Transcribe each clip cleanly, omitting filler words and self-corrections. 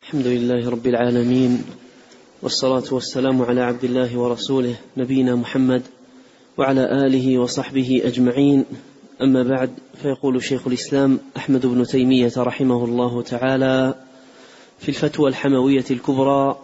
الحمد لله رب العالمين، والصلاة والسلام على عبد الله ورسوله نبينا محمد وعلى آله وصحبه أجمعين. أما بعد، فيقول شيخ الإسلام أحمد بن تيمية رحمه الله تعالى في الفتوى الحموية الكبرى: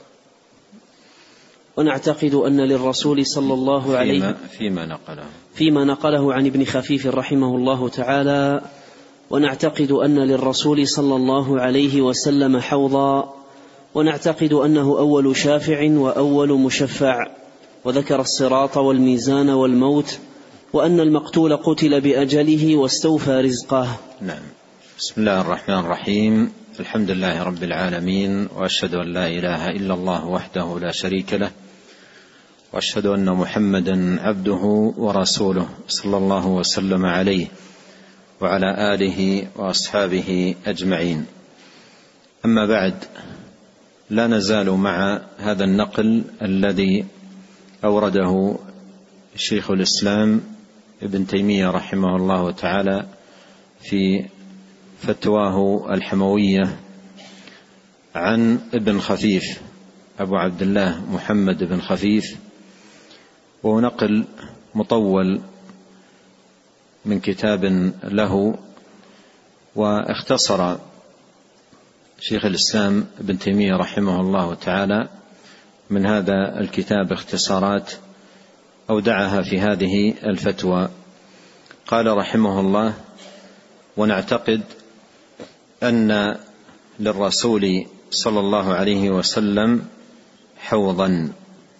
ونعتقد أن للرسول صلى الله عليه فيما نقله عن ابن خفيف رحمه الله تعالى: ونعتقد أن للرسول صلى الله عليه وسلم حوضا، ونعتقد أنه أول شافع وأول مشفع، وذكر الصراط والميزان والموت، وأن المقتول قتل بأجله واستوفى رزقه. نعم. بسم الله الرحمن الرحيم. الحمد لله رب العالمين، وأشهد أن لا إله إلا الله وحده لا شريك له، وأشهد أن محمدا عبده ورسوله صلى الله وسلم عليه وعلى آله وأصحابه أجمعين. أما بعد، لا نزال مع هذا النقل الذي أورده شيخ الإسلام ابن تيمية رحمه الله تعالى في فتواه الحموية عن ابن خفيف أبو عبد الله محمد بن خفيف، وهو نقل مطول من كتاب له. واختصر شيخ الإسلام ابن تيمية رحمه الله تعالى من هذا الكتاب اختصارات أودعها في هذه الفتوى. قال رحمه الله: ونعتقد أن للرسول صلى الله عليه وسلم حوضا،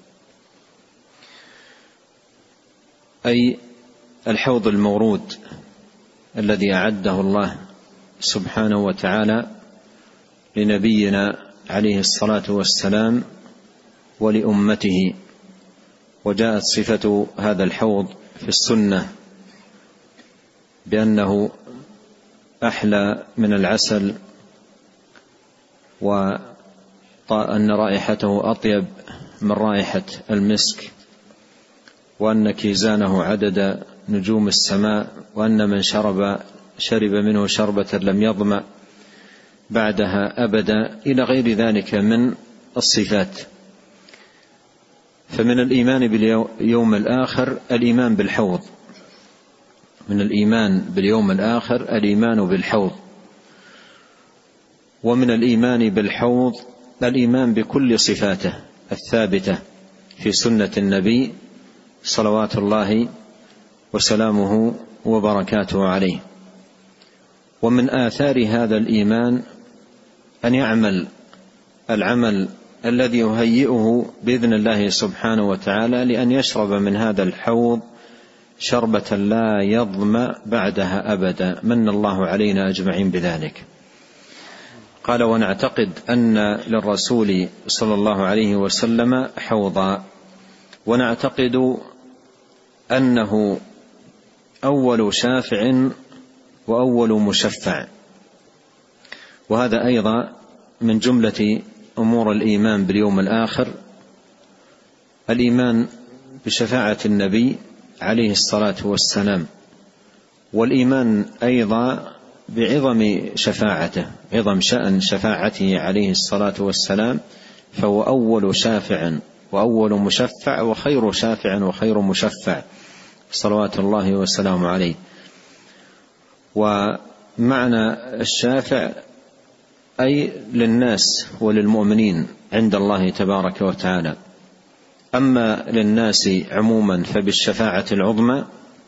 أي الحوض المورود الذي أعده الله سبحانه وتعالى لنبينا عليه الصلاة والسلام ولأمته. وجاءت صفة هذا الحوض في السنة بأنه أحلى من العسل، وأن رائحته أطيب من رائحة المسك، وأن كيزانه عدد نجوم السماء، وأن من شرب منه شربة لم يظمأ بعدها أبدا، إلى غير ذلك من الصفات. فمن الإيمان باليوم الآخر الإيمان بالحوض، من الإيمان باليوم الآخر الإيمان بالحوض، ومن الإيمان بالحوض الإيمان بكل صفاته الثابتة في سنة النبي صلوات الله وسلامه وبركاته عليه. ومن آثار هذا الإيمان أن يعمل العمل الذي يهيئه بإذن الله سبحانه وتعالى لأن يشرب من هذا الحوض شربة لا يظمأ بعدها أبدا، من الله علينا أجمعين بذلك. قال: ونعتقد أن للرسول صلى الله عليه وسلم حوضا، ونعتقد أنه أول شافع وأول مشفع. وهذا أيضا من جملة أمور الإيمان باليوم الآخر، الإيمان بشفاعة النبي عليه الصلاة والسلام، والإيمان أيضا بعظم شفاعته، عظم شأن شفاعته عليه الصلاة والسلام، فهو أول شافع وأول مشفع وخير شافع وخير مشفع صلوات الله وسلامه عليه. ومعنى الشافع أي للناس وللمؤمنين عند الله تبارك وتعالى. أما للناس عموما فبالشفاعة العظمى،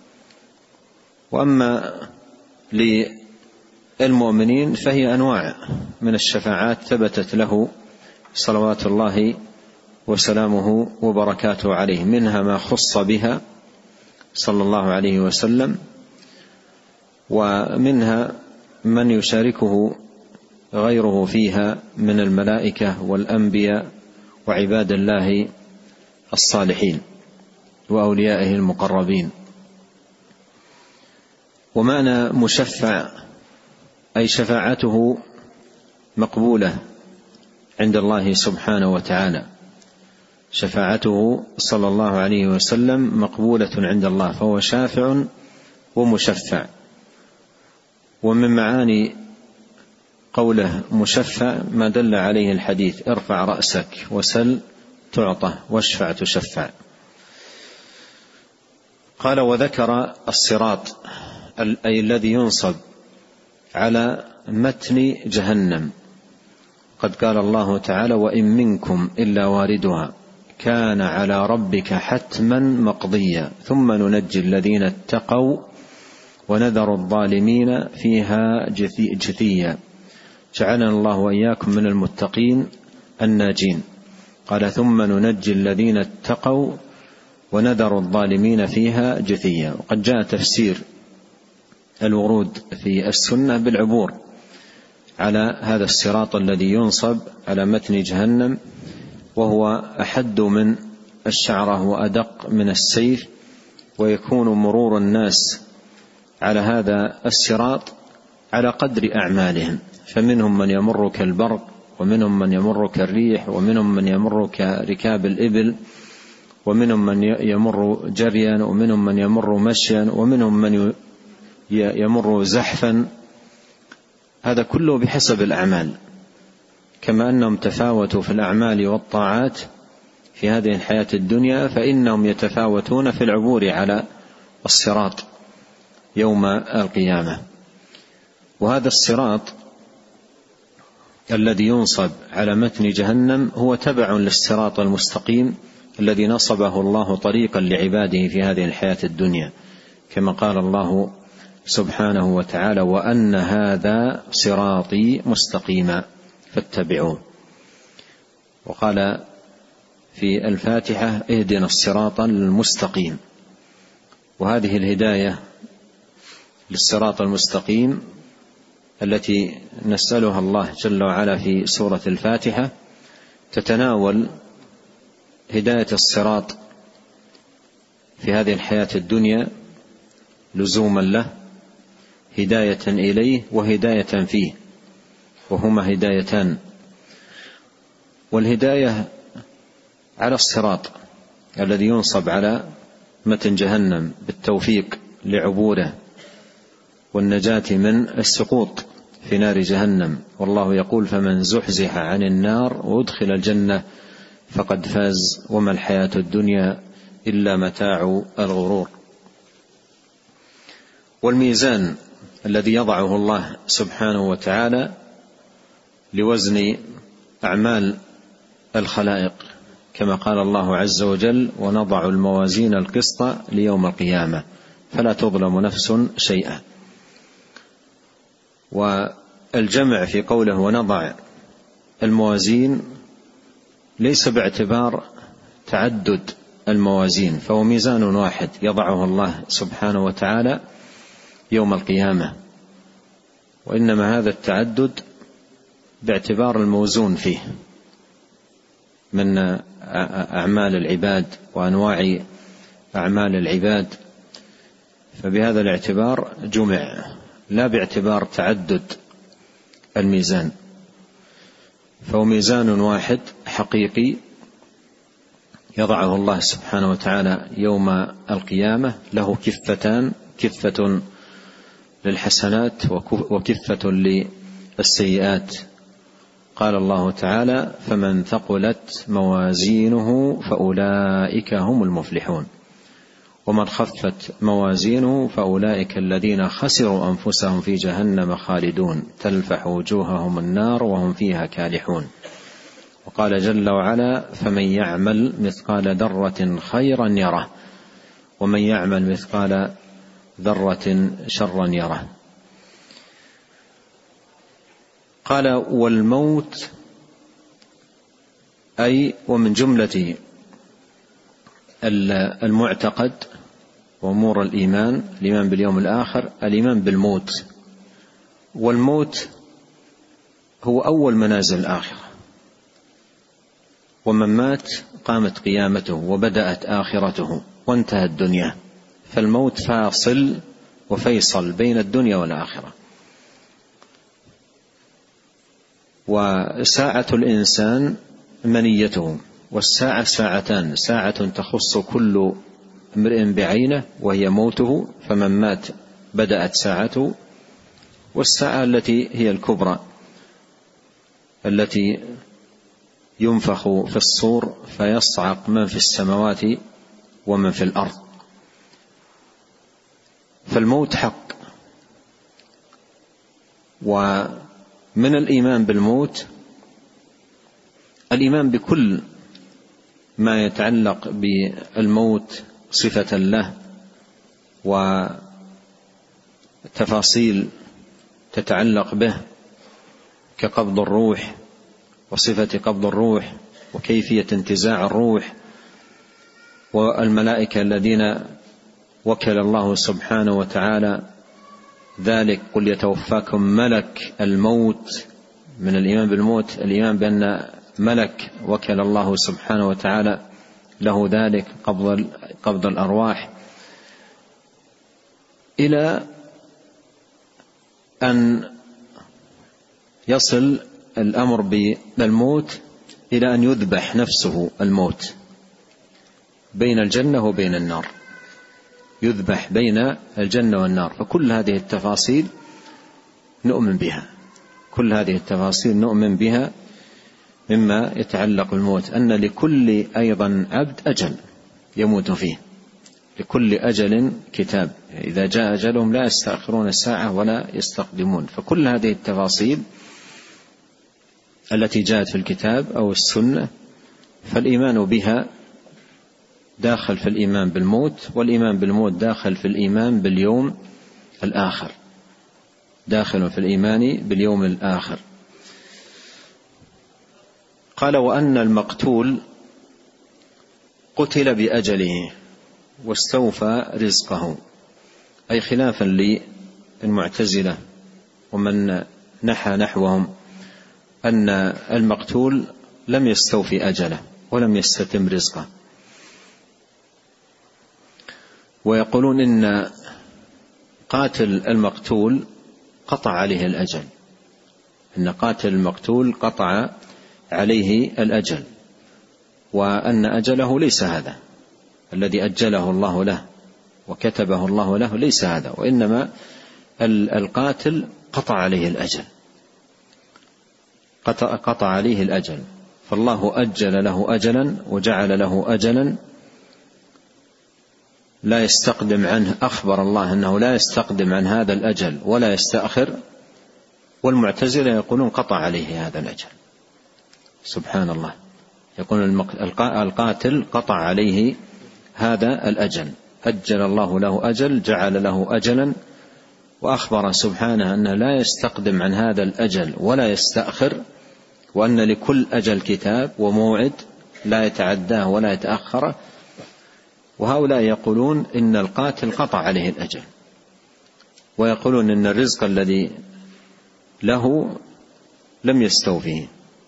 وأما للمؤمنين فهي أنواع من الشفاعات ثبتت له صلوات الله وسلامه وبركاته عليه، منها ما خص بها صلى الله عليه وسلم، ومنها من يشاركه غيره فيها من الملائكة والأنبياء وعباد الله الصالحين وأوليائه المقربين. ومعنى مشفع أي شفاعته مقبولة عند الله سبحانه وتعالى، شفاعته صلى الله عليه وسلم مقبولة عند الله، فهو شافع ومشفع. ومن معاني قوله مشفع ما دل عليه الحديث: ارفع رأسك وسل تعطى واشفع تشفع. قال: وذكر الصراط أي الذي ينصب على متن جهنم. قد قال الله تعالى: وإن منكم إلا واردها كان على ربك حتما مقضيا ثم ننجي الذين اتقوا ونذر الظالمين فيها جثيا. جعلنا الله وإياكم من المتقين الناجين. قال: ثم ننجي الذين اتقوا ونذر الظالمين فيها جثيا. وقد جاء تفسير الورود في السنة بالعبور على هذا الصراط الذي ينصب على متن جهنم، وهو أحد من الشعرة وأدق من السيف، ويكون مرور الناس على هذا الصراط على قدر أعمالهم، فمنهم من يمر كالبرق، ومنهم من يمر كالريح، ومنهم من يمر كركاب الإبل، ومنهم من يمر جريا، ومنهم من يمر مشيا، ومنهم من يمر زحفا. هذا كله بحسب الأعمال، كما أنهم تفاوتوا في الأعمال والطاعات في هذه الحياة الدنيا، فإنهم يتفاوتون في العبور على الصراط يوم القيامة. وهذا الصراط الذي ينصب على متن جهنم هو تبع للصراط المستقيم الذي نصبه الله طريقا لعباده في هذه الحياة الدنيا، كما قال الله سبحانه وتعالى: وأن هذا صراطي مستقيما فاتبعوه. وقال في الفاتحة: اهدنا الصراط المستقيم. وهذه الهداية للصراط المستقيم التي نسألها الله جل وعلا في سورة الفاتحة تتناول هداية الصراط في هذه الحياة الدنيا لزوما له، هداية إليه وهداية فيه، وهما هدايتان. والهداية على الصراط الذي ينصب على متن جهنم بالتوفيق لعبوره والنجاة من السقوط في نار جهنم. والله يقول: فمن زحزح عن النار وأدخل الجنة فقد فاز وما الحياة الدنيا إلا متاع الغرور. والميزان الذي يضعه الله سبحانه وتعالى لوزن أعمال الخلائق، كما قال الله عز وجل: ونضع الموازين القسط ليوم القيامة فلا تظلم نفس شيئا. والجمع في قوله ونضع الموازين ليس باعتبار تعدد الموازين، فهو ميزان واحد يضعه الله سبحانه وتعالى يوم القيامة، وإنما هذا التعدد باعتبار الموزون فيه من أعمال العباد وأنواع أعمال العباد، فبهذا الاعتبار جمع، لا باعتبار تعدد الميزان. فهو ميزان واحد حقيقي يضعه الله سبحانه وتعالى يوم القيامة، له كفتان: كفة للحسنات وكفة للسيئات. قال الله تعالى: فمن ثقلت موازينه فأولئك هم المفلحون، ومن خفت موازينه فأولئك الذين خسروا أنفسهم في جهنم خالدون تلفح وجوههم النار وهم فيها كالحون. وقال جل وعلا: فمن يعمل مثقال ذرة خيرا يره ومن يعمل مثقال ذرة شرا يره. قال: والموت أي ومن جملة المعتقد وأمور الإيمان باليوم الآخر الإيمان بالموت، والموت هو أول منازل الآخرة، ومن مات قامت قيامته وبدأت آخرته وانتهى الدنيا، فالموت فاصل وفيصل بين الدنيا والآخرة. وساعة الإنسان منيته، والساعة ساعتان: ساعة تخص كل امرئ بعينه وهي موته، فمن مات بدأت ساعته، والساعة التي هي الكبرى التي ينفخ في الصور فيصعق من في السماوات ومن في الأرض. فالموت حق. ومن الإيمان بالموت الإيمان بكل ما يتعلق بالموت صفة له وتفاصيل تتعلق به، كقبض الروح وصفة قبض الروح وكيفية انتزاع الروح، والملائكة الذين وكل الله سبحانه وتعالى ذلك، قل يتوفاكم ملك الموت. من الإيمان بالموت الإيمان بأن ملك وكل الله سبحانه وتعالى له ذلك قبض الأرواح، إلى أن يصل الأمر بالموت إلى أن يذبح نفسه الموت بين الجنة وبين النار، يذبح بين الجنة والنار. فكل هذه التفاصيل نؤمن بها، كل هذه التفاصيل نؤمن بها مما يتعلق بالموت، أن لكل أيضا عبد أجل يموت فيه، لكل أجل كتاب، إذا جاء أجلهم لا يستأخرون الساعة ولا يستقدمون. فكل هذه التفاصيل التي جاءت في الكتاب أو السنة فالإيمان بها داخل في الإيمان بالموت، والإيمان بالموت داخل في الإيمان باليوم الآخر، داخل في الإيمان باليوم الآخر. قال: وأن المقتول قتل بأجله واستوفى رزقه، أي خلافا للمعتزلة ومن نحى نحوهم، أن المقتول لم يستوفي أجله ولم يستتم رزقه، ويقولون إن قاتل المقتول قطع عليه الأجل، إن قاتل المقتول قطع عليه الأجل، وأن أجله ليس هذا الذي أجله الله له وكتبه الله له، ليس هذا، وإنما القاتل قطع عليه الأجل، قطع عليه الأجل، فالله أجل له أجلا وجعل له أجلا لا يستقدم عنه، أخبر الله أنه لا يستقدم عن هذا الأجل ولا يستأخر، والمعتزلة يقولون قطع عليه هذا الأجل. سبحان الله، يقول القاتل قطع عليه هذا الأجل، أجل الله له أجل، جعل له أجلا، وأخبر سبحانه أنه لا يستقدم عن هذا الأجل ولا يستأخر، وأن لكل أجل كتاب وموعد لا يتعداه ولا يتأخره. وهؤلاء يقولون إن القاتل قطع عليه الأجل، ويقولون إن الرزق الذي له لم يستوفيه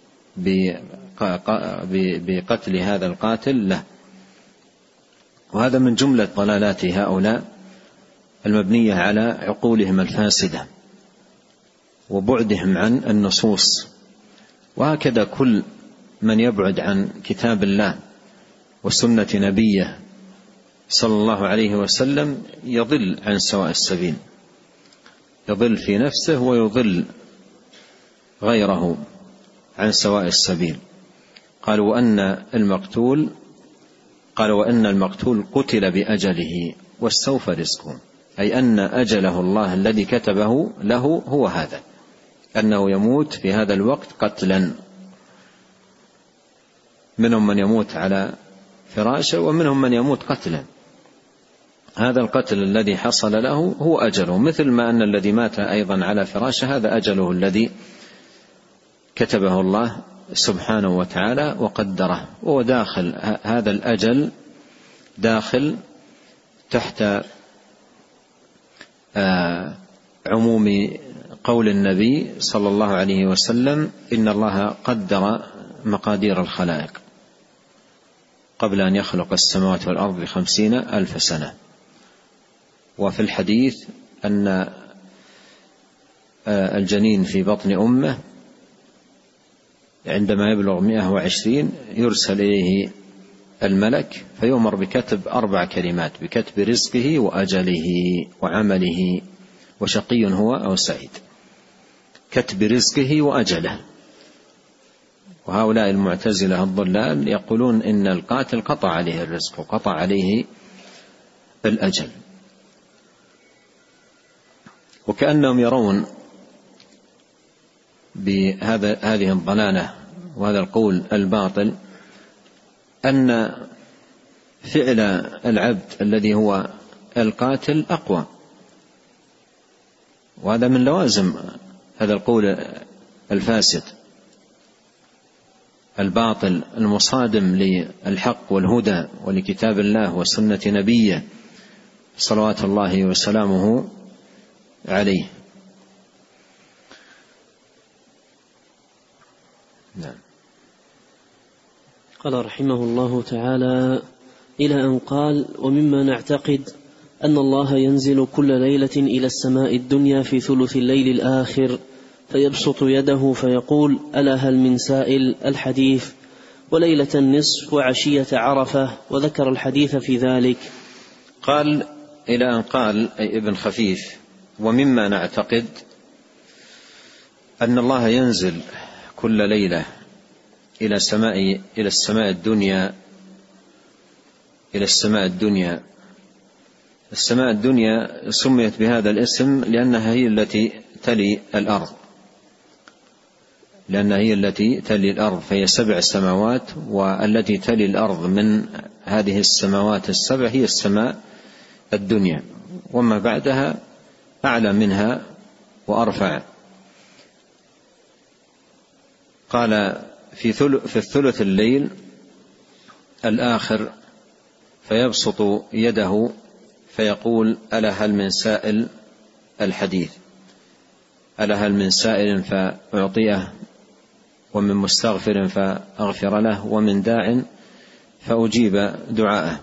بقتل هذا القاتل له. وهذا من جملة ضلالات هؤلاء المبنية على عقولهم الفاسدة وبعدهم عن النصوص. وهكذا كل من يبعد عن كتاب الله وسنة نبيه صلى الله عليه وسلم يضل عن سواء السبيل، يضل في نفسه ويضل غيره عن سواء السبيل. قالوا وأن المقتول قتل بأجله واستوفى رزقه، أي أن أجله الله الذي كتبه له هو هذا، أنه يموت في هذا الوقت قتلا. منهم من يموت على فراشه ومنهم من يموت قتلا، هذا القتل الذي حصل له هو أجله، مثل ما أن الذي مات أيضا على فراشه هذا أجله الذي كتبه الله سبحانه وتعالى وقدره، وهو داخل هذا الأجل داخل تحت عموم قول النبي صلى الله عليه وسلم: إن الله قدر مقادير الخلائق قبل أن يخلق السماوات والأرض ب50,000 سنة. وفي الحديث أن الجنين في بطن أمه عندما يبلغ 120 يرسل إليه الملك فيؤمر بكتب 4 كلمات: بكتب رزقه وأجله وعمله وشقي هو أو سعيد. كتب رزقه وأجله، وهؤلاء المعتزلة الضلال يقولون إن القاتل قطع عليه الرزق وقطع عليه الأجل، وكأنهم يرون بهذه الضلالة وهذا القول الباطل أن فعل العبد الذي هو القاتل أقوى، وهذا من لوازم هذا القول الفاسد الباطل المصادم للحق والهدى ولكتاب الله وسنة نبيه صلوات الله وسلامه عليه. نعم. قال رحمه الله تعالى: إلى أن قال: ومما نعتقد أن الله ينزل كل ليلة إلى السماء الدنيا في ثلث الليل الآخر فيبسط يده فيقول: ألا هل من سائل؟ الحديث. وليلة النصف وعشية عرفة، وذكر الحديث في ذلك. قال إلى أن قال أي ابن خفيف: ومما نعتقد أن الله ينزل كل ليلة إلى السماء الدنيا. السماء الدنيا سميت بهذا الاسم لأنها هي التي تلي الأرض، فهي 7 سماوات، والتي تلي الأرض من هذه السماوات ال7 هي السماء الدنيا، وما بعدها أعلى منها وأرفع. قال في الثلث الليل الآخر فيبسط يده فيقول: ألا هل من سائل؟ الحديث. ألا هل من سائل فأعطيه، ومن مستغفر فأغفر له، ومن داع فأجيب دعاءه.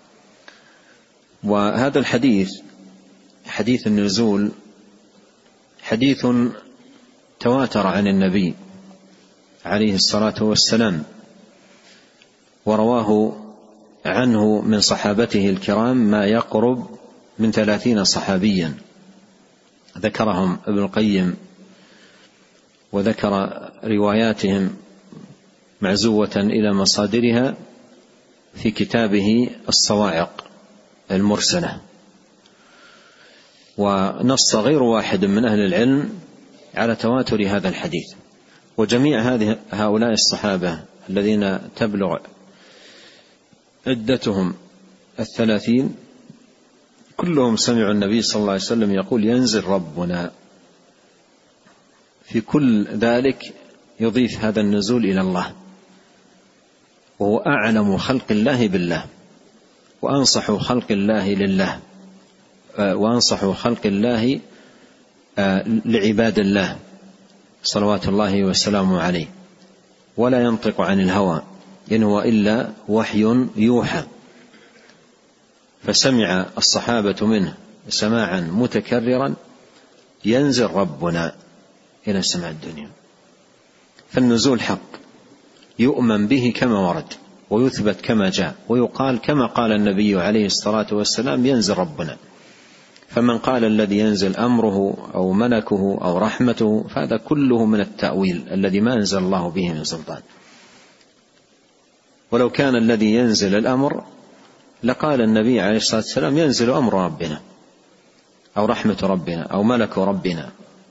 وهذا الحديث حديث النزول حديث تواتر عن النبي عليه الصلاة والسلام، ورواه عنه من صحابته الكرام ما يقرب من 30 صحابيا، ذكرهم ابن القيم وذكر رواياتهم معزوة إلى مصادرها في كتابه الصواعق المرسلة. ونص غير واحد من أهل العلم على تواتر هذا الحديث. وجميع هؤلاء الصحابة الذين تبلغ عدتهم 30 كلهم سمعوا النبي صلى الله عليه وسلم يقول: ينزل ربنا. في كل ذلك يضيف هذا النزول إلى الله، وهو أعلم خلق الله بالله، وأنصح خلق الله لله، وأنصح خلق الله لعباد الله صلوات الله وسلامه عليه، ولا ينطق عن الهوى إن هو إلا وحي يوحى. فسمع الصحابة منه سماعا متكررا: ينزل ربنا إلى السماء الدنيا. فالنزول حق يؤمن به كما ورد، ويثبت كما جاء، ويقال كما قال النبي عليه الصلاة والسلام: ينزل ربنا. فمن قال الذي ينزل أمره أو ملكه أو رحمته فهذا كله من التأويل الذي ما أنزل الله به من سلطان. ولو كان الذي ينزل الأمر لقال النبي عليه الصلاة والسلام: ينزل أمر ربنا أو رحمة ربنا أو ملك ربنا.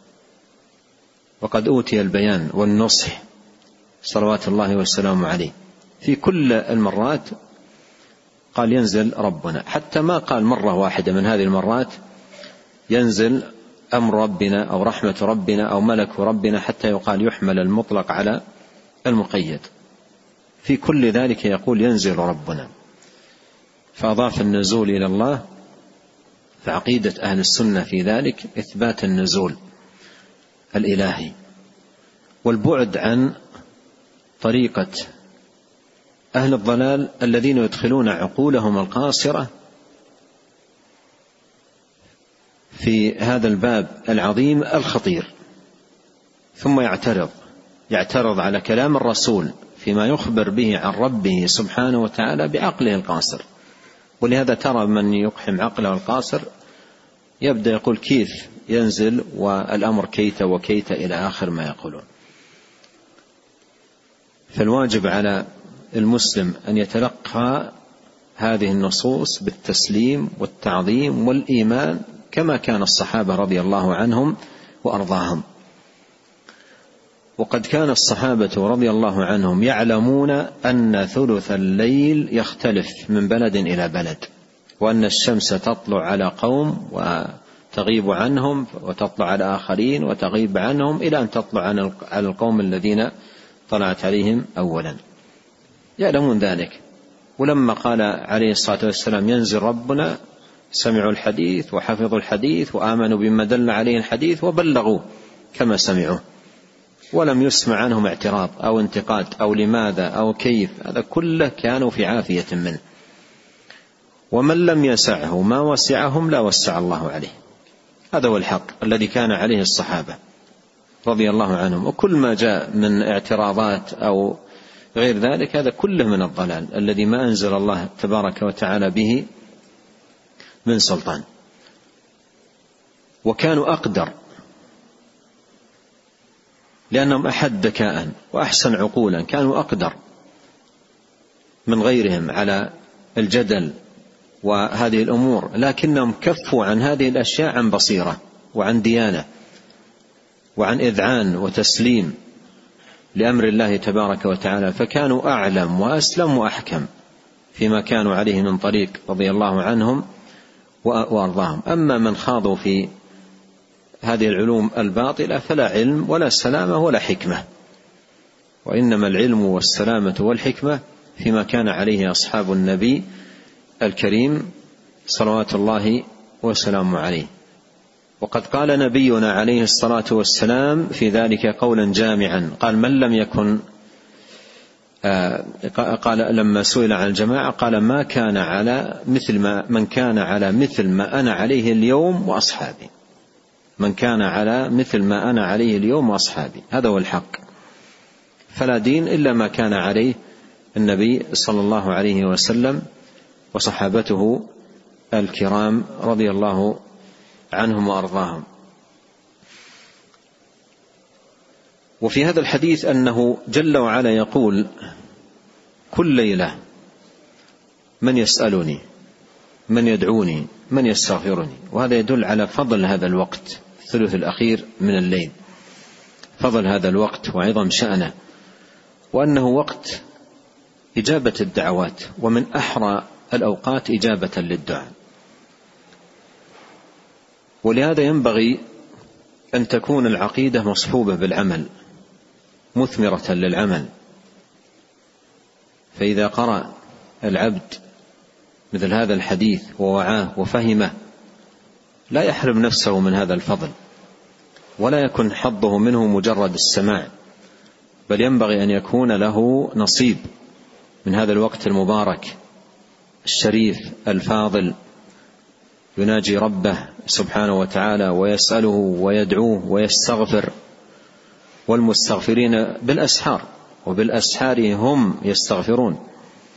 وقد أوتي البيان والنصح صلوات الله والسلام عليه في كل المرات قال: ينزل ربنا، حتى ما قال مرة واحدة من هذه المرات ينزل أمر ربنا أو رحمة ربنا أو ملك ربنا، حتى يقال يحمل المطلق على المقيد. في كل ذلك يقول: ينزل ربنا. فأضاف النزول إلى الله. فعقيدة أهل السنة في ذلك إثبات النزول الإلهي، والبعد عن طريقة أهل الضلال الذين يدخلون عقولهم القاصرة في هذا الباب العظيم الخطير، ثم يعترض على كلام الرسول فيما يخبر به عن ربه سبحانه وتعالى بعقله القاصر. ولهذا ترى من يقحم عقله القاصر يبدأ يقول: كيف ينزل والأمر كيت وكيت إلى آخر ما يقولون. فالواجب على المسلم أن يتلقى هذه النصوص بالتسليم والتعظيم والإيمان كما كان الصحابة رضي الله عنهم وأرضاهم. وقد كان الصحابة رضي الله عنهم يعلمون أن ثلث الليل يختلف من بلد إلى بلد، وأن الشمس تطلع على قوم وتغيب عنهم، وتطلع على آخرين وتغيب عنهم، إلى أن تطلع على القوم الذين طلعت عليهم أولا. يعلمون ذلك. ولما قال عليه الصلاة والسلام ينزل ربنا، سمعوا الحديث وحفظوا الحديث وآمنوا بما دل عليه الحديث وبلغوا كما سمعوا، ولم يسمع عنهم اعتراض أو انتقاد أو لماذا أو كيف، هذا كله كانوا في عافية منه. ومن لم يسعه ما وسعهم لا وسع الله عليه. هذا هو الحق الذي كان عليه الصحابة رضي الله عنهم. وكل ما جاء من اعتراضات أو غير ذلك هذا كله من الضلال الذي ما أنزل الله تبارك وتعالى به من سلطان. وكانوا أقدر لأنهم أحد ذكاء وأحسن عقولا، كانوا أقدر من غيرهم على الجدل وهذه الأمور، لكنهم كفوا عن هذه الأشياء عن بصيرة وعن ديانة وعن إذعان وتسليم لأمر الله تبارك وتعالى، فكانوا أعلم وأسلم وأحكم فيما كانوا عليه من طريق رضي الله عنهم وأرضاهم. أما من خاضوا في هذه العلوم الباطلة فلا علم ولا سلامة ولا حكمة، وإنما العلم والسلامة والحكمة فيما كان عليه أصحاب النبي الكريم صلوات الله وسلامه عليه. وقد قال نبينا عليه الصلاة والسلام في ذلك قولا جامعا، قال من لم يكن قال لما سئل عن الجماعة قال ما كان على مثل ما من كان على مثل ما أنا عليه اليوم وأصحابي، من كان على مثل ما أنا عليه اليوم وأصحابي، هذا هو الحق. فلا دين إلا ما كان عليه النبي صلى الله عليه وسلم وصحابته الكرام رضي الله عنهم وأرضاهم. وفي هذا الحديث أنه جل وعلا يقول كل ليلة من يسألني، من يدعوني، من يستغفرني. وهذا يدل على فضل هذا الوقت الثلث الأخير من الليل، فضل هذا الوقت وعظم شأنه، وأنه وقت إجابة الدعوات ومن أحرى الأوقات إجابة للدعاء. ولهذا ينبغي أن تكون العقيدة مصحوبة بالعمل، مثمرة للعمل. فإذا قرأ العبد مثل هذا الحديث ووعاه وفهمه لا يحرم نفسه من هذا الفضل، ولا يكون حظه منه مجرد السماع، بل ينبغي أن يكون له نصيب من هذا الوقت المبارك الشريف الفاضل، يناجي ربه سبحانه وتعالى ويسأله ويدعوه ويستغفر، والمستغفرين بالأسحار وبالأسحار هم يستغفرون.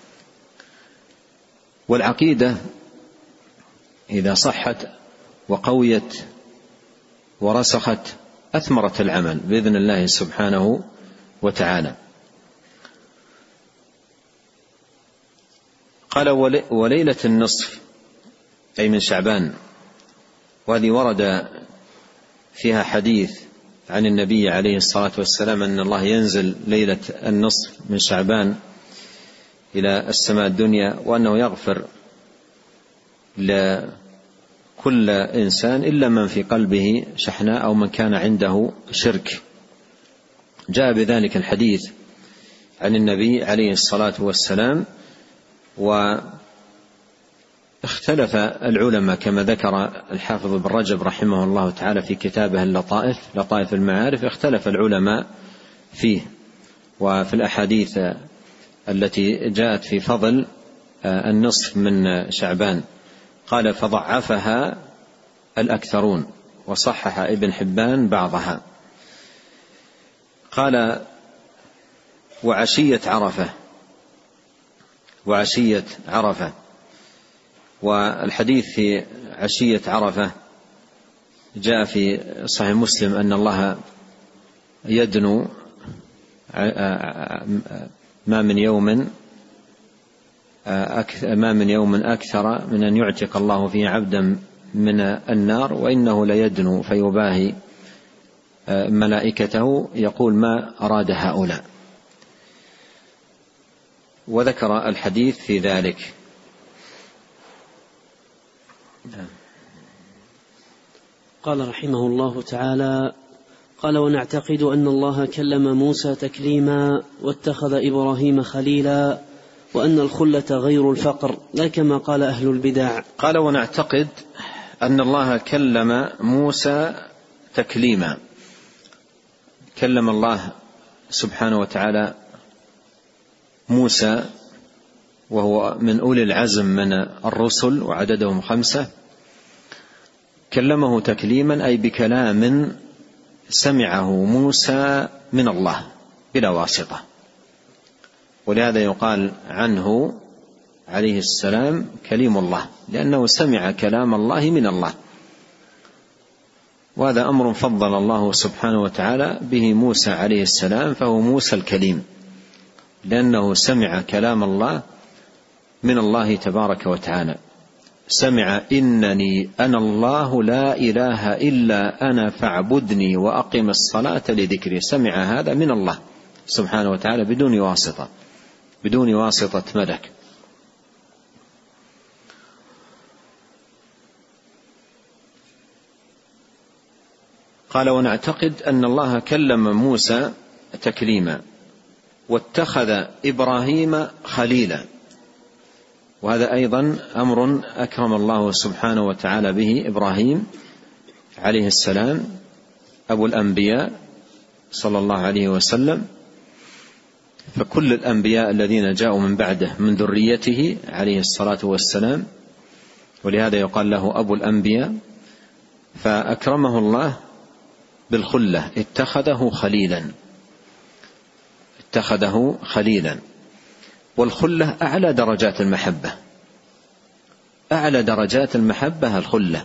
والعقيدة إذا صحت وقويت ورسخت أثمرت العمل بإذن الله سبحانه وتعالى. قال وليلة النصف أي من شعبان، وهذه ورد فيها حديث عن النبي عليه الصلاة والسلام أن الله ينزل ليلة النصف من شعبان إلى السماء الدنيا، وأنه يغفر لكل إنسان إلا من في قلبه شحناء أو من كان عنده شرك. جاء بذلك الحديث عن النبي عليه الصلاة والسلام. واختلف العلماء كما ذكر الحافظ ابن رجب رحمه الله تعالى في كتابه اللطائف، لطائف المعارف، اختلف العلماء فيه وفي الأحاديث التي جاءت في فضل النصف من شعبان. قال فضعفها الأكثرون وصحح ابن حبان بعضها. قال وعشية عرفة، وعشية عرفة. والحديث في عشية عرفة جاء في صحيح مسلم أن الله يدنو ما من يوم أكثر من أن يعتق الله فيه عبدا من النار، وإنه ليدنو فيباهي ملائكته يقول ما أراد هؤلاء، وذكر الحديث في ذلك. قال رحمه الله تعالى: قال: ونعتقد أن الله كلم موسى تكليما واتخذ إبراهيم خليلا، وأن الخلة غير الفقر، لا كما قال أهل البدع. قال: ونعتقد أن الله كلم موسى تكليما. كلم الله سبحانه وتعالى موسى وهو من أولي العزم من الرسل وعددهم 5، كلمه تكليما أي بكلام سمعه موسى من الله بلا واسطة، ولهذا يقال عنه عليه السلام كليم الله، لأنه سمع كلام الله من الله، وهذا أمر فضل الله سبحانه وتعالى به موسى عليه السلام، فهو موسى الكليم لأنه سمع كلام الله من الله تبارك وتعالى. سمع إنني أنا الله لا إله إلا أنا فاعبدني وأقم الصلاة لذكري. سمع هذا من الله سبحانه وتعالى بدون واسطة ملك. قال: ونعتقد أن الله كلم موسى تكليما واتخذ إبراهيم خليلا، وهذا أيضا أمر أكرم الله سبحانه وتعالى به إبراهيم عليه السلام أبو الأنبياء صلى الله عليه وسلم، فكل الأنبياء الذين جاءوا من بعده من ذريته عليه الصلاة والسلام، ولهذا يقال له أبو الأنبياء. فأكرمه الله بالخلة، اتخذه خليلا. والخلة أعلى درجات المحبة، أعلى درجات المحبة الخلة.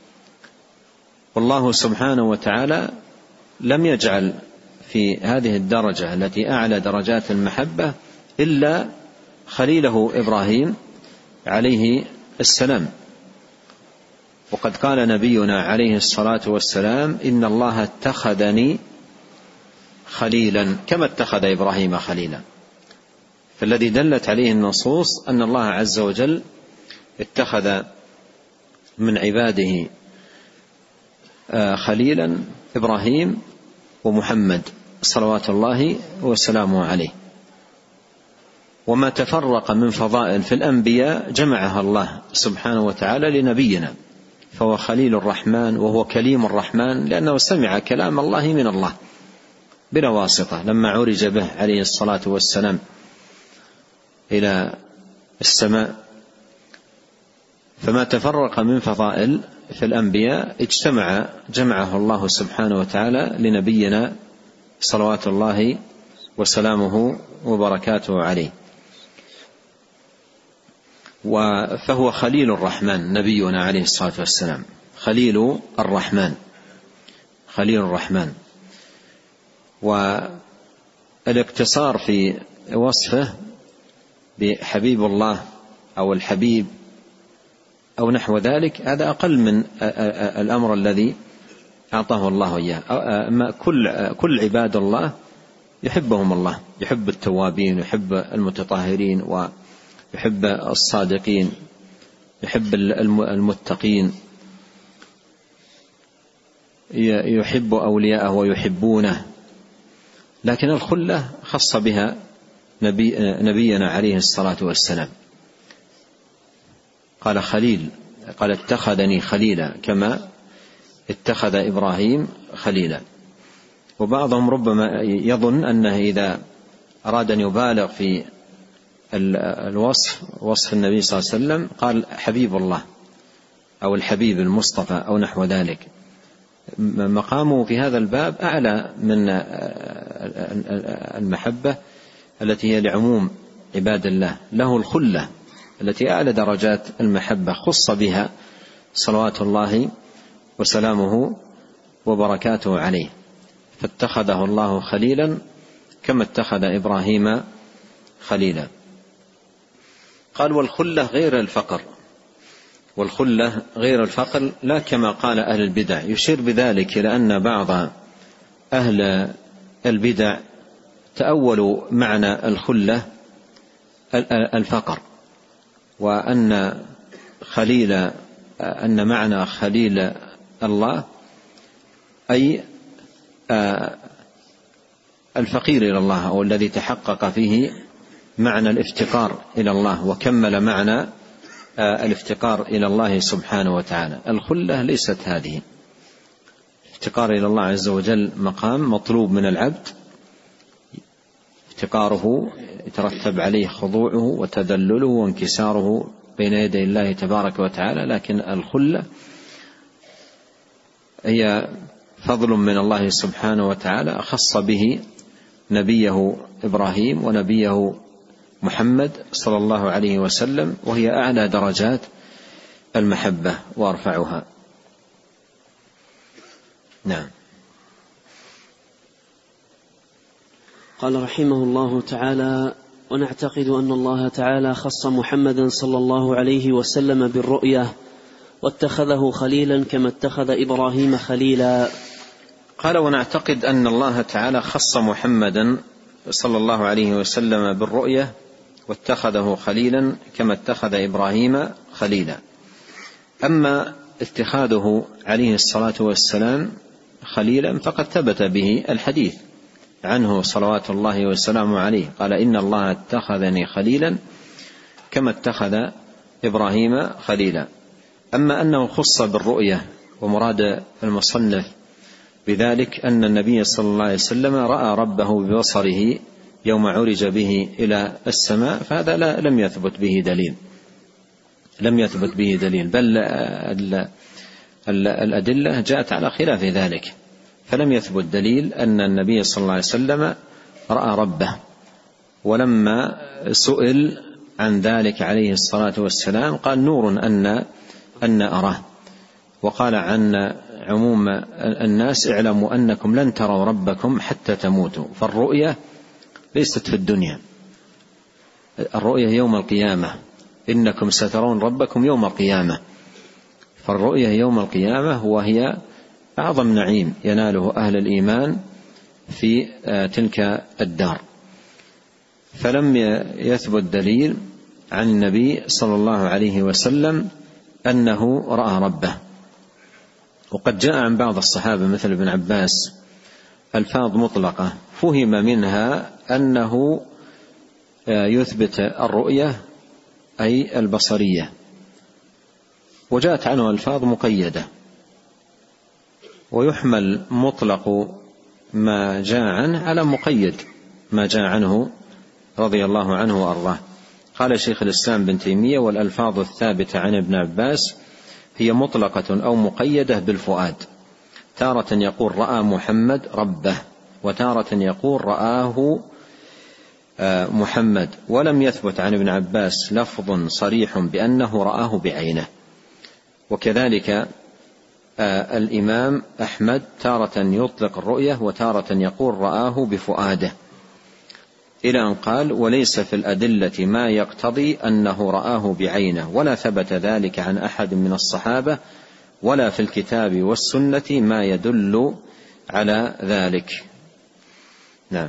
والله سبحانه وتعالى لم يجعل في هذه الدرجة التي أعلى درجات المحبة إلا خليله إبراهيم عليه السلام. وقد قال نبينا عليه الصلاة والسلام: إن الله اتخذني خليلا كما اتخذ إبراهيم خليلا. فالذي دلت عليه النصوص أن الله عز وجل اتخذ من عباده خليلا إبراهيم ومحمد صلوات الله وسلامه عليه. وما تفرق من فضائل في الأنبياء جمعها الله سبحانه وتعالى لنبينا، فهو خليل الرحمن وهو كليم الرحمن، لأنه سمع كلام الله من الله بلا واسطة لما عرج به عليه الصلاة والسلام إلى السماء. فما تفرق من فضائل في الأنبياء جمعه الله سبحانه وتعالى لنبينا صلوات الله وسلامه وبركاته عليه. فهو خليل الرحمن نبينا عليه الصلاة والسلام، خليل الرحمن. والاقتصار في وصفه بحبيب الله أو الحبيب أو نحو ذلك هذا أقل من الأمر الذي أعطاه الله إياه. كل عباد الله يحبهم الله، يحب التوابين، يحب المتطهرين، ويحب الصادقين، يحب المتقين، يحب أولياءه ويحبونه. لكن الخلة خص بها نبينا عليه الصلاة والسلام، قال خليل، قال اتخذني خليلا كما اتخذ إبراهيم خليلا. وبعضهم ربما يظن أنه إذا أراد أن يبالغ في وصف النبي صلى الله عليه وسلم قال حبيب الله أو الحبيب المصطفى أو نحو ذلك. مقامه في هذا الباب أعلى من المحبة التي هي لعموم عباد الله، له الخلة التي أعلى درجات المحبة خص بها صلوات الله وسلامه وبركاته عليه، فاتخذه الله خليلا كما اتخذ إبراهيم خليلا. قال والخلة غير الفقر، والخلة غير الفقر لا كما قال أهل البدع. يشير بذلك إلى أن بعض أهل البدع تأولوا معنى الخلة الفقر، وأن معنى خليل الله أي الفقير إلى الله، أو الذي تحقق فيه معنى الافتقار إلى الله وكمل معنى الافتقار إلى الله سبحانه وتعالى. الخلة ليست هذه. افتقار إلى الله عز وجل مقام مطلوب من العبد، افتقاره يترتب عليه خضوعه وتذلله وانكساره بين يدي الله تبارك وتعالى، لكن الخلة هي فضل من الله سبحانه وتعالى أخص به نبيه إبراهيم ونبيه محمد صلى الله عليه وسلم، وهي أعلى درجات المحبة وأرفعها. نعم. قال رحمه الله تعالى: ونعتقد أن الله تعالى خص محمدا صلى الله عليه وسلم بالرؤية واتخذه خليلا كما اتخذ إبراهيم خليلا. قال ونعتقد أن الله تعالى خص محمدا صلى الله عليه وسلم بالرؤية واتخذه خليلا كما اتخذ إبراهيم خليلا. أما اتخاذه عليه الصلاة والسلام خليلا فقد ثبت به الحديث عنه صلوات الله وسلامه عليه، قال إن الله اتخذني خليلا كما اتخذ إبراهيم خليلا. أما أنه خص بالرؤية، ومراد المصنف بذلك أن النبي صلى الله عليه وسلم رأى ربه ببصره يوم عرج به إلى السماء، فهذا لم يثبت به دليل، بل الأدلة جاءت على خلاف ذلك، فلم يثبت دليل أن النبي صلى الله عليه وسلم رأى ربه. ولما سئل عن ذلك عليه الصلاة والسلام قال نور أن أراه، وقال عن عموم الناس اعلموا أنكم لن تروا ربكم حتى تموتوا. فالرؤية ليست في الدنيا، الرؤية يوم القيامة، إنكم سترون ربكم يوم القيامة. فالرؤية يوم القيامة وهي أعظم نعيم يناله أهل الإيمان في تلك الدار. فلم يثبت دليل عن النبي صلى الله عليه وسلم أنه رأى ربه. وقد جاء عن بعض الصحابة مثل ابن عباس ألفاظ مطلقة فهم منها أنه يثبت الرؤية أي البصرية، وجاءت عنه ألفاظ مقيدة، ويحمل مطلق ما جاء عنه على مقيد ما جاء عنه رضي الله عنه وأرضاه. قال شيخ الإسلام بن تيمية: والألفاظ الثابتة عن ابن عباس هي مطلقة أو مقيدة بالفؤاد، تارة يقول رأى محمد ربه، وتارة يقول رآه محمد، ولم يثبت عن ابن عباس لفظ صريح بأنه رآه بعينه. وكذلك الإمام أحمد تارة يطلق الرؤية وتارة يقول رآه بفؤاده، إلى أن قال: وليس في الأدلة ما يقتضي أنه رآه بعينه، ولا ثبت ذلك عن أحد من الصحابة، ولا في الكتاب والسنة ما يدل على ذلك. نعم.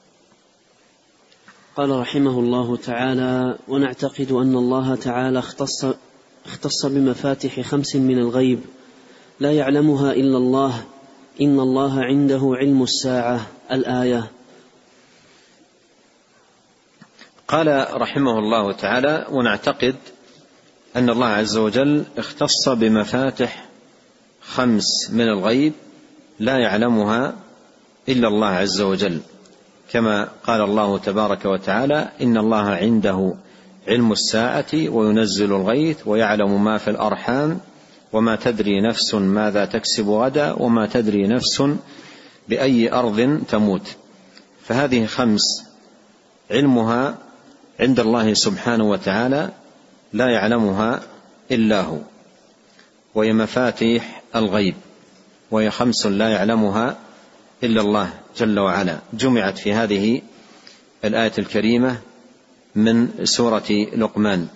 قال رحمه الله تعالى: ونعتقد أن الله تعالى اختص بمفاتح 5 من الغيب لا يعلمها إلا الله، إن الله عنده علم الساعة، الآية. قال رحمه الله تعالى: ونعتقد أن الله عز وجل اختص بمفاتح 5 من الغيب لا يعلمها إلا الله عز وجل، كما قال الله تبارك وتعالى: إن الله عنده علم الساعة وينزل الغيث ويعلم ما في الأرحام وما تدري نفس ماذا تكسب غدا وما تدري نفس بأي أرض تموت. فهذه 5 علمها عند الله سبحانه وتعالى لا يعلمها إلا هو، وهي مفاتيح الغيب، وهي 5 لا يعلمها إلا الله جل وعلا جمعت في هذه الآية الكريمة من سورة لقمان.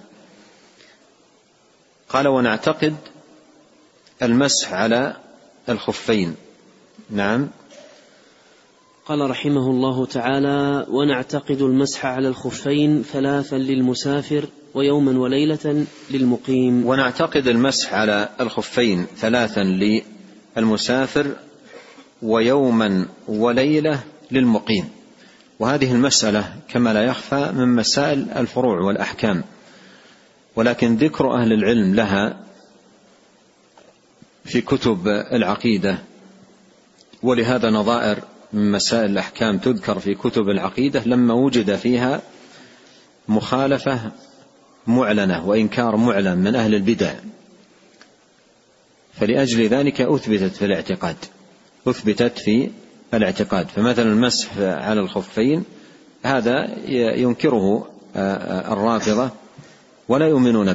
قال ونعتقد المسح على الخفين. نعم. قال رحمه الله تعالى ونعتقد المسح على الخفين 3 للمسافر ويوما وليلة للمقيم. ونعتقد المسح على الخفين 3 للمسافر ويوما وليلة للمقيم. وهذه المسألة كما لا يخفى من مسائل الفروع والأحكام، ولكن ذكر أهل العلم لها في كتب العقيدة، ولهذا نظائر من مسائل الأحكام تذكر في كتب العقيدة لما وجد فيها مخالفة معلنة وإنكار معلن من أهل البدع، فلأجل ذلك أثبتت في الاعتقاد. فمثلا المسح على الخفين هذا ينكره الرافضة ولا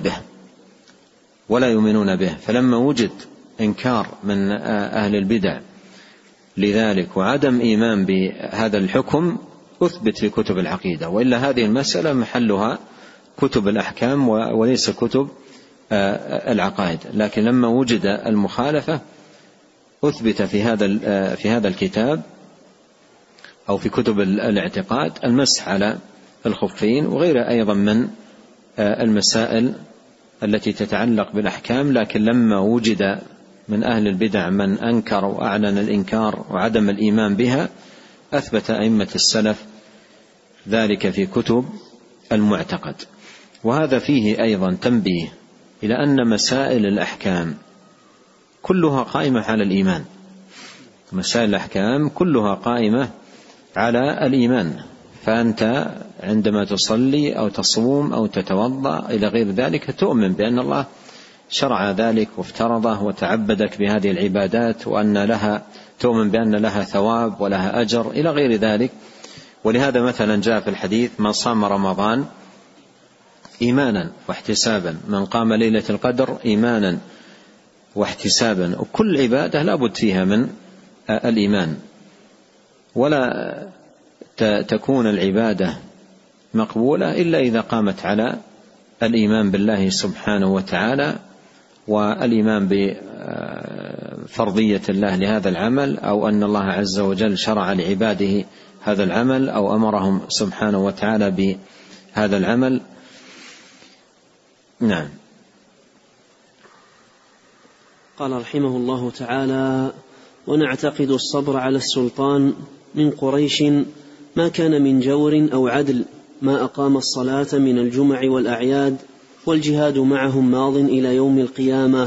يؤمنون به، فلما وجد إنكار من أهل البدع لذلك وعدم إيمان بهذا الحكم أثبت في كتب العقيدة، وإلا هذه المسألة محلها كتب الأحكام وليس كتب العقائد. لكن لما وجد المخالفة أثبت في هذا الكتاب أو في كتب الاعتقاد المسح على الخفين، وغيره أيضا من المسائل التي تتعلق بالأحكام. لكن لما وجد من أهل البدع من أنكر وأعلن الإنكار وعدم الإيمان بها أثبت أئمة السلف ذلك في كتب المعتقد. وهذا فيه أيضا تنبيه إلى أن مسائل الأحكام كلها قائمة على الإيمان، مسائل الأحكام كلها قائمة على الإيمان. فأنت عندما تصلي أو تصوم أو تتوضأ إلى غير ذلك تؤمن بأن الله شرع ذلك وافترضه وتعبدك بهذه العبادات، وأن لها تؤمن بأن لها ثواب ولها أجر إلى غير ذلك. ولهذا مثلا جاء في الحديث من صام رمضان إيمانا واحتسابا، من قام ليلة القدر إيمانا واحتسابا. وكل عبادة لا بد فيها من الإيمان، ولا تكون العبادة مقبولة إلا إذا قامت على الإيمان بالله سبحانه وتعالى والإيمان بفرضية الله لهذا العمل، أو أن الله عز وجل شرع لعباده هذا العمل أو أمرهم سبحانه وتعالى بهذا العمل. نعم. قال رحمه الله تعالى ونعتقد الصبر على السلطان من قريش ما كان من جور أو عدل، ما أقام الصلاة من الجمع والأعياد، والجهاد معهم ماض إلى يوم القيامة،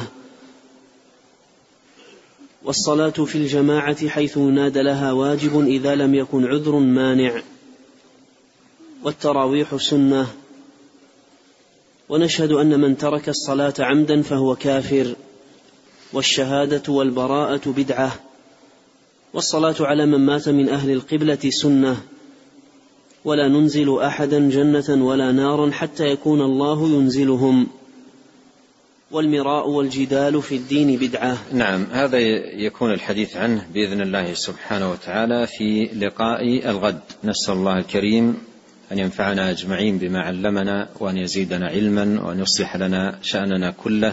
والصلاة في الجماعة حيث ينادى لها واجب إذا لم يكن عذر مانع، والتراويح سنة، ونشهد أن من ترك الصلاة عمدا فهو كافر، والشهادة والبراءة بدعة، والصلاة على من مات من أهل القبلة سنة، ولا ننزل أحدا جنة ولا نارا حتى يكون الله ينزلهم، والمراء والجدال في الدين بدعة. نعم. هذا يكون الحديث عنه بإذن الله سبحانه وتعالى في لقاء الغد. نسأل الله الكريم أن ينفعنا أجمعين بما علمنا، وأن يزيدنا علما، وأن يصلح لنا شأننا كله،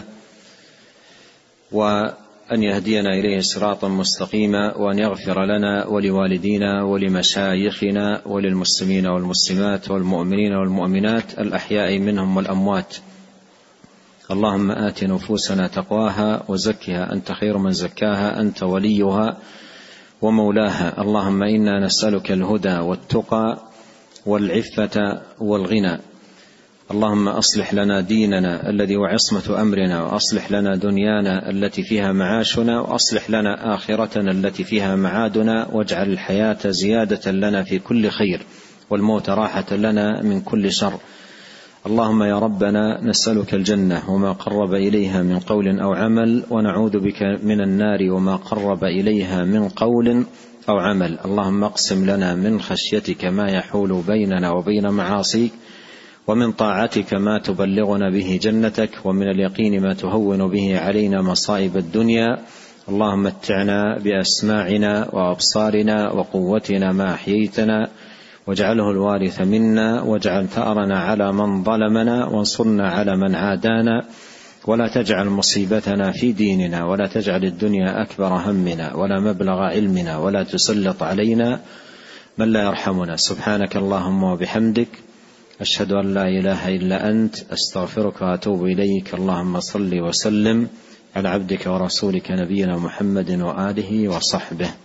وأن يهدينا إليه صراطا مستقيما، وأن يغفر لنا ولوالدينا ولمشايخنا وللمسلمين والمسلمات والمؤمنين والمؤمنات الأحياء منهم والأموات. اللهم آت نفوسنا تقواها وزكها أنت خير من زكاها أنت وليها ومولاها. اللهم إنا نسألك الهدى والتقى والعفة والغنى. اللهم أصلح لنا ديننا الذي وعصمة أمرنا، وأصلح لنا دنيانا التي فيها معاشنا، وأصلح لنا آخرتنا التي فيها معادنا، واجعل الحياة زيادة لنا في كل خير، والموت راحة لنا من كل شر. اللهم يا ربنا نسألك الجنة وما قرب إليها من قول أو عمل، ونعوذ بك من النار وما قرب إليها من قول أو عمل. اللهم اقسم لنا من خشيتك ما يحول بيننا وبين معاصيك، ومن طاعتك ما تبلغنا به جنتك، ومن اليقين ما تهون به علينا مصائب الدنيا، اللهم متعنا بأسماعنا وأبصارنا وقوتنا ما أحييتنا، واجعله الوارث منا، واجعل ثأرنا على من ظلمنا، وانصرنا على من عادانا، ولا تجعل مصيبتنا في ديننا، ولا تجعل الدنيا أكبر همنا ولا مبلغ علمنا، ولا تسلط علينا من لا يرحمنا. سبحانك اللهم وبحمدك، أشهد أن لا إله إلا أنت، أستغفرك وأتوب إليك. اللهم صل وسلم على عبدك ورسولك نبينا محمد وآله وصحبه.